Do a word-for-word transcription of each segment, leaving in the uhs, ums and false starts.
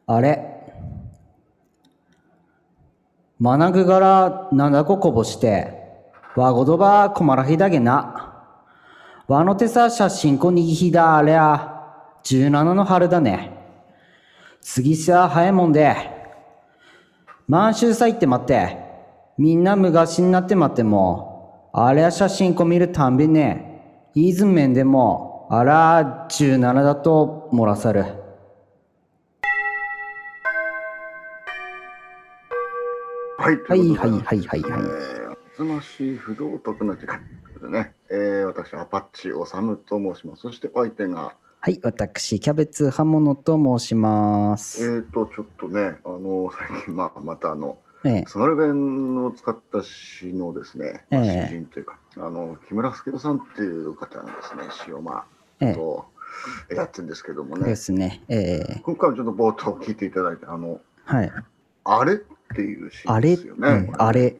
あれ、マナグからなんだここぼして、わごどばこまらひだげな。わのてさ写真こにぎひだあれゃ、じゅうななの春だね。次さ早いもんで、満州さ行って待って、みんな昔になって待っても、あれは写真こ見るたんびね、いずめんでも、あらじゅうななだと漏らさる。 はい、とはいいうことで、 はいはいはいはい。 えー、つまし不道徳の時間ということでね、えー、私、アパッチおさむと申します。そして相手が、 はい、私、キャベツ刃物と申しまえす。 ーと、ちょっとね、あの、最近、まあ、またあの、 ええ、 津軽弁を使った詩のですね、まあ、詩ええ、 人というか、あの、木村助さんっていう方がですね、詩をまあ、 ええ、 とやってるんですけどもでね、 すね、ええ、 今回はちょっと冒頭聞いていただいて、あの、 はい。 あれっていう詩あれ、 ですよね、 うん、 これね。 あれ、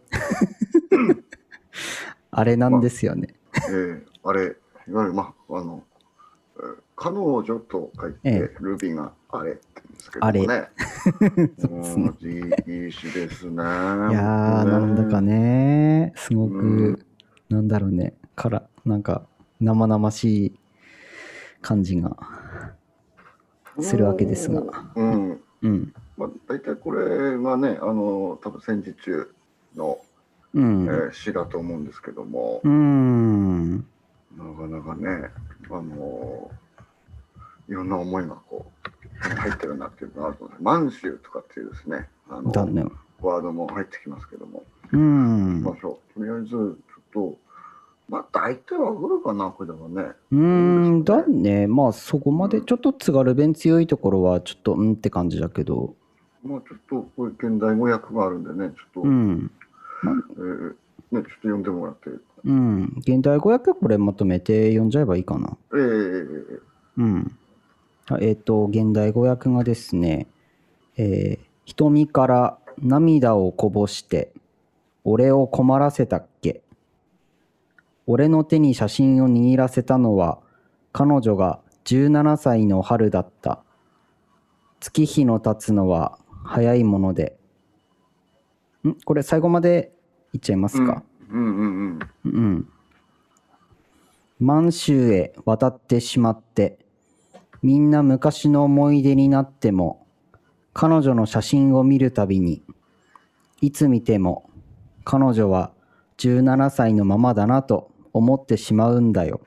あれなんまあ、 ですよね。 えー、あれ、いわゆる、まあ、あの、彼女と書いて、 ええ、 ルビがあれって言うんですけあれ。 どもね。 そうですね。 うん、いい詩ですね。 いやー、なんだか本ね、すご当ね。うん。 く、なんだろうね、から、なんか、生々しい感じがするわけですが。 うん。 うん、 まあ、大体これがね、あの、多分戦時中の、 うん、 えー詩だと思うんですけども、 うーん、 なかなかね、あの、いろんな思いがこう、入ってるなっていうのがあると思います。満州とかっていうですね、あの、 だね。 ワードも入ってきますけども、 うーん、 ましょう。とりあえず、ちょっと、まあ、大体わかるかな、これはね。 うーん、 どうですかね。 だね。まあ、そこまで、 うん、 ちょっと津軽弁強いところは、ちょっと、うんって感じだけど、 まあ、ちょっと、こういう現代語訳があるんでね、ちょっと、 うん。まあ、 えー、ね、ちょっと読んでもらって。 うん。現代語訳はこれまとめて読んじゃえばいいかな。 えー、 うん。あえっ、と、現代語訳がですね、えー瞳から涙をこぼして、俺を困らせたっけ。俺の手に写真を握らせたのは、彼女がじゅうななさいの春だった。月日の経つのは早いもので。んこれ最後まで言っちゃいますか。 うん、うん、うん、 うん。満州へ渡ってしまって、みんな昔の思い出になっても、彼女の写真を見るたびに、いつ見ても彼女はじゅうななさいのままだなと思ってしまうんだよ。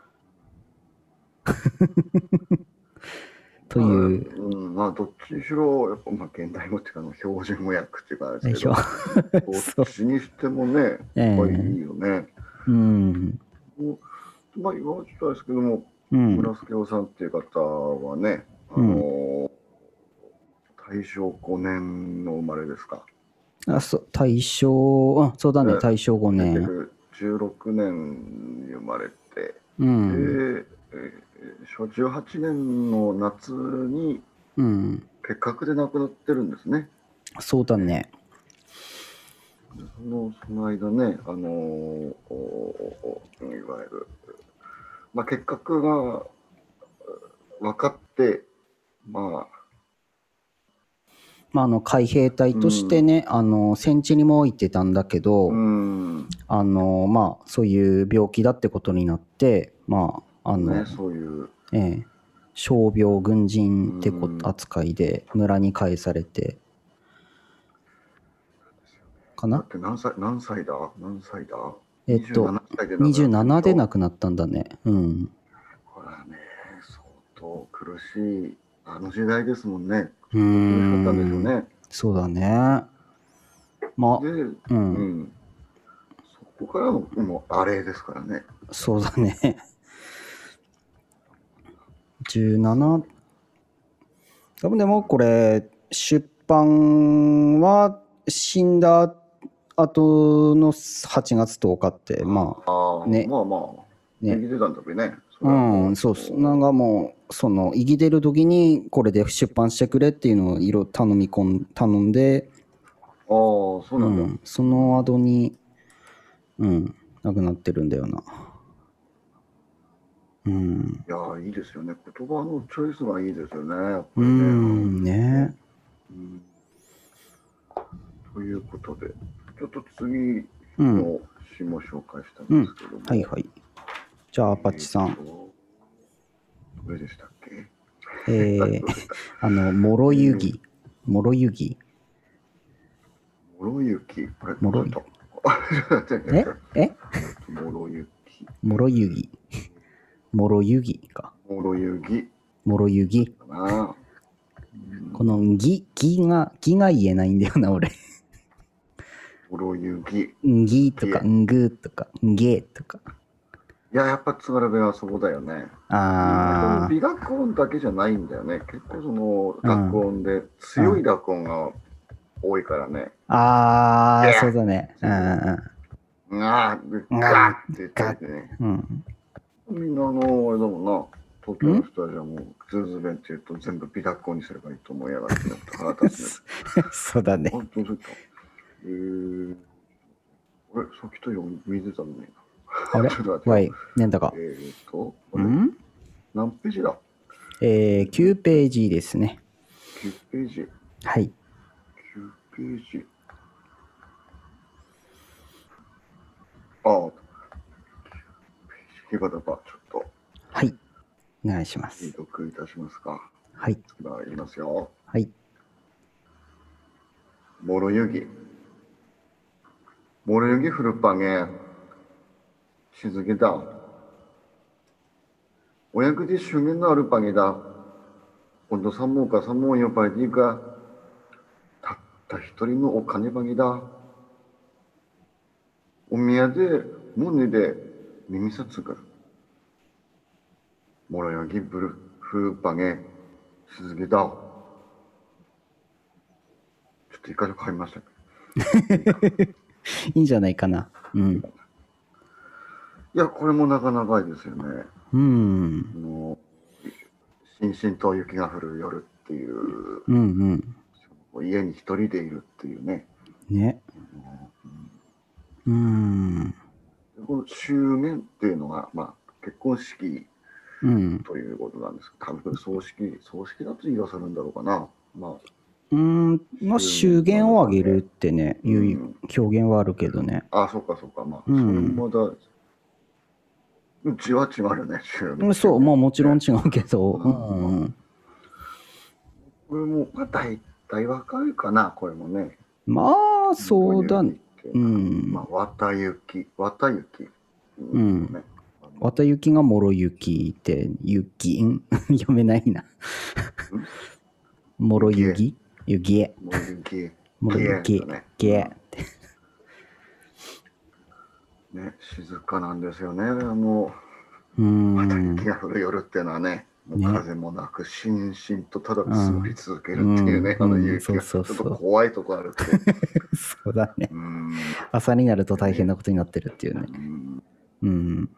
という。 うん、まあ、どっちにしろ、やっぱ、まあ、現代語っていうか、標準語訳っていうか、あれですけど、どっちにしてもね、やっぱりいいよね。 うん。 まあ、今はちょっとですけども、 うん、 村助夫さんっていう方はね、あの、 うん、 大正ごねんの生まれですか。 あそ大正、あそうだね、大正ごねん。 じゅうろくねんに生まれて、 うん、 で、えー、じゅうはちねんの夏に結核で亡くなってるんですね。 そうだね。 そのその間ね、あのー、いわゆる、まあ、結核が分かって、まあ、 まあ、あの海兵隊としてね、うん、あの戦地にも行ってたんだけど、うん、あのまあそういう病気だってことになって、まああの、ね、 そういう、 ええ、傷病軍人ってこと扱いで村に返されてかな。 だって何歳何歳だ何歳だえっとにじゅうななで亡くなったんだね。うん。 これはね、相当苦しいあの時代ですもんね。 うーん。苦しかったんでしょうね。そうだね。まあ、 で、 うん、 うん。そこからのもうあれですからね。 そうだね。じゅうなな、多分でもこれ出版は死んだ後のはちがつとおかってまあね、 まあまあね、生きてたんだけどね。 うん、そうっす。なんかもうその生きてる時にこれで出版してくれっていうのを色頼み込ん頼んで、 ああそうなんだ、うん、 その後にうん亡くなってるんだよな。うん、 いやいいですよね。言葉のチョイスがいいですよね。やっぱりね。 うんね。 いうことで、ちょっと次うん。 の詩も紹介したんですけども、 はいはい。じゃあ、アパッチさん。 えーとどれでしたっけ？ えー、 どれだあの、もろゆぎ。もろゆぎ。 もろゆき。あれ、 もろゆどうだったええもろゆき。 もろゆぎ。もろゆぎか。 もろゆぎもろゆぎ。 かな。 このぎ、ぎが、ぎが言えないんだよな、俺。 もろゆぎ。 んぎとか、 ぎんぐとか、んげとか。 いや、やっぱ津軽弁はそうだよね。そのあ美学音だけじゃないんだよね。結構その濁音で強い濁音が多いからね。 ー。あー、 いやそうだね。うんうん。 がー、ガーって言ったりね。 うん。 みんなあの、あれだもんな。東京の人たちはもう、ズーズ弁って言うと全部美濁音にすればいいと思いやがって、腹立つね。 そうだね。 本当にそうか。えー、あれ、さっきと読み出たのに。 あれちょっと待ってわい、なんだか。 えーっと、あれん何ページだえー、きゅうページですね。 ?きゅう ページ。 はい。 きゅうページ。ああ、ひばだば、ちょっと、 はい。お願いしま拝す。 読いたしますか。 はい。 では、言いますよ。 はい。 もろゆぎ。もろゆぎ古っぱげ。しずげだ。お役で祝言のあるぱげだ。今度三毛か三毛よぱいでいいか。たった一人のお金ばげだ。お宮で、もねで、耳さつぐ。もろゆぎぶる、ふっぱげ。しずげだ。ちょっと一回買いましたけど。 いいんじゃないかな。うん。 いや、これもなかなかいいですよね。 うん。 あの、しんしんと雪が降る夜っていう、 うんうん。 家に一人でいるっていうね。 ね。うん。 この祝言っていうのが、まあ、結婚式うん。 ということなんですけど、多分葬式、葬式だと言いはするんだろうかな。まあ、 うん。まあ、祝言をあげるってね、 ういうん表現はあるけどね。 あ、そうかそうか、まあ、 うんそれもまだ、字は違うよね、祝言。 うんそう、まあもちろんね違うけど。 ううんん。 これも、まあ、大体わかるかな、これもね。 まあ、そうだね。うまあ、 ん。 綿雪、綿雪。 うんね。 わたゆきがもろゆきって、ゆきん読めないな。もろゆぎゆぎえ。 もろ雪。 もろゆきね。 げえ。 ね、静かなんですよね。あの、 うーん。 雪が降る夜っていうのはね、もうね風もなく、しんしんとただ積もり続けるっていうね、 うんあのうん雪がちょっそうそうそうと怖いとこあるけど。 そうだね。 うん。 朝になると大変なことになってるっていうね。 うん。 うん。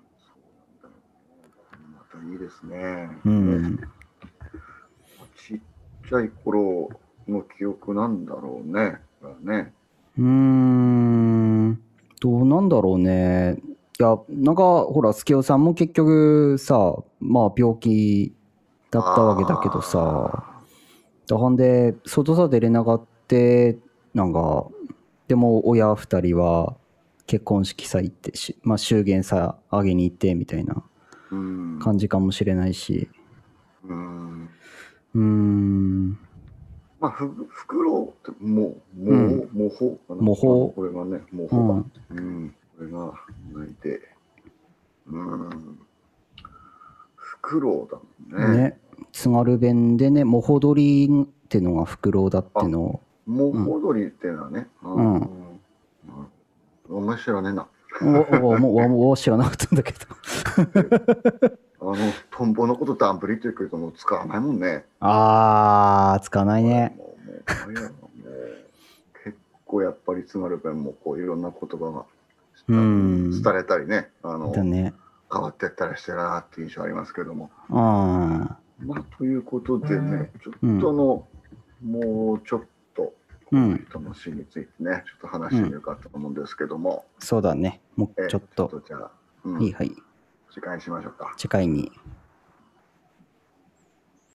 またいいですね。 うん。 ちっちゃい頃の記憶なんだろうね。ね。 うーん。どうなんだろうね。いや、なんか、ほら、スケオさんも結局さ、まあ、病気だったわけだけどさ、だほんで、外さ出れなかって、なんか、でも親二人は結婚式さ行ってし、まあ、祝言さあげに行ってみたいなうん。 感じかもしれないし、 うん。 うーん、 まあ、ふ、ふくろうって、もう、もう、 うんもほかな。 もほこれがね、もうほんか。うん。これが、泣いて。うん。ふくろうだもんね。 ね、津軽弁でね、もほどりってのがフクロウだってのを、 もほどりっていうのはね。 うんうん。お前知らねえな。 おおもうお知らなかったんだけど。 あの、トンボのことダンブリって言うけども、使わないもんね。 あー、使わないね。 もう、もう、あれやなもう結構やっぱり津軽弁もこういろんな言葉がうん伝れたりね、あの、 だね。 変わってったりしてるなっていう印象ありますけども。 うん。 まあ、ということでね、ちょっとあの、もうちょっと、この人の詩についてね、ちょっと話してみようかと思うんですけども。 そうだね。もうちょっと。 えちょっとじゃあ、うんはいはい。 時間にしましょうか。 次回に。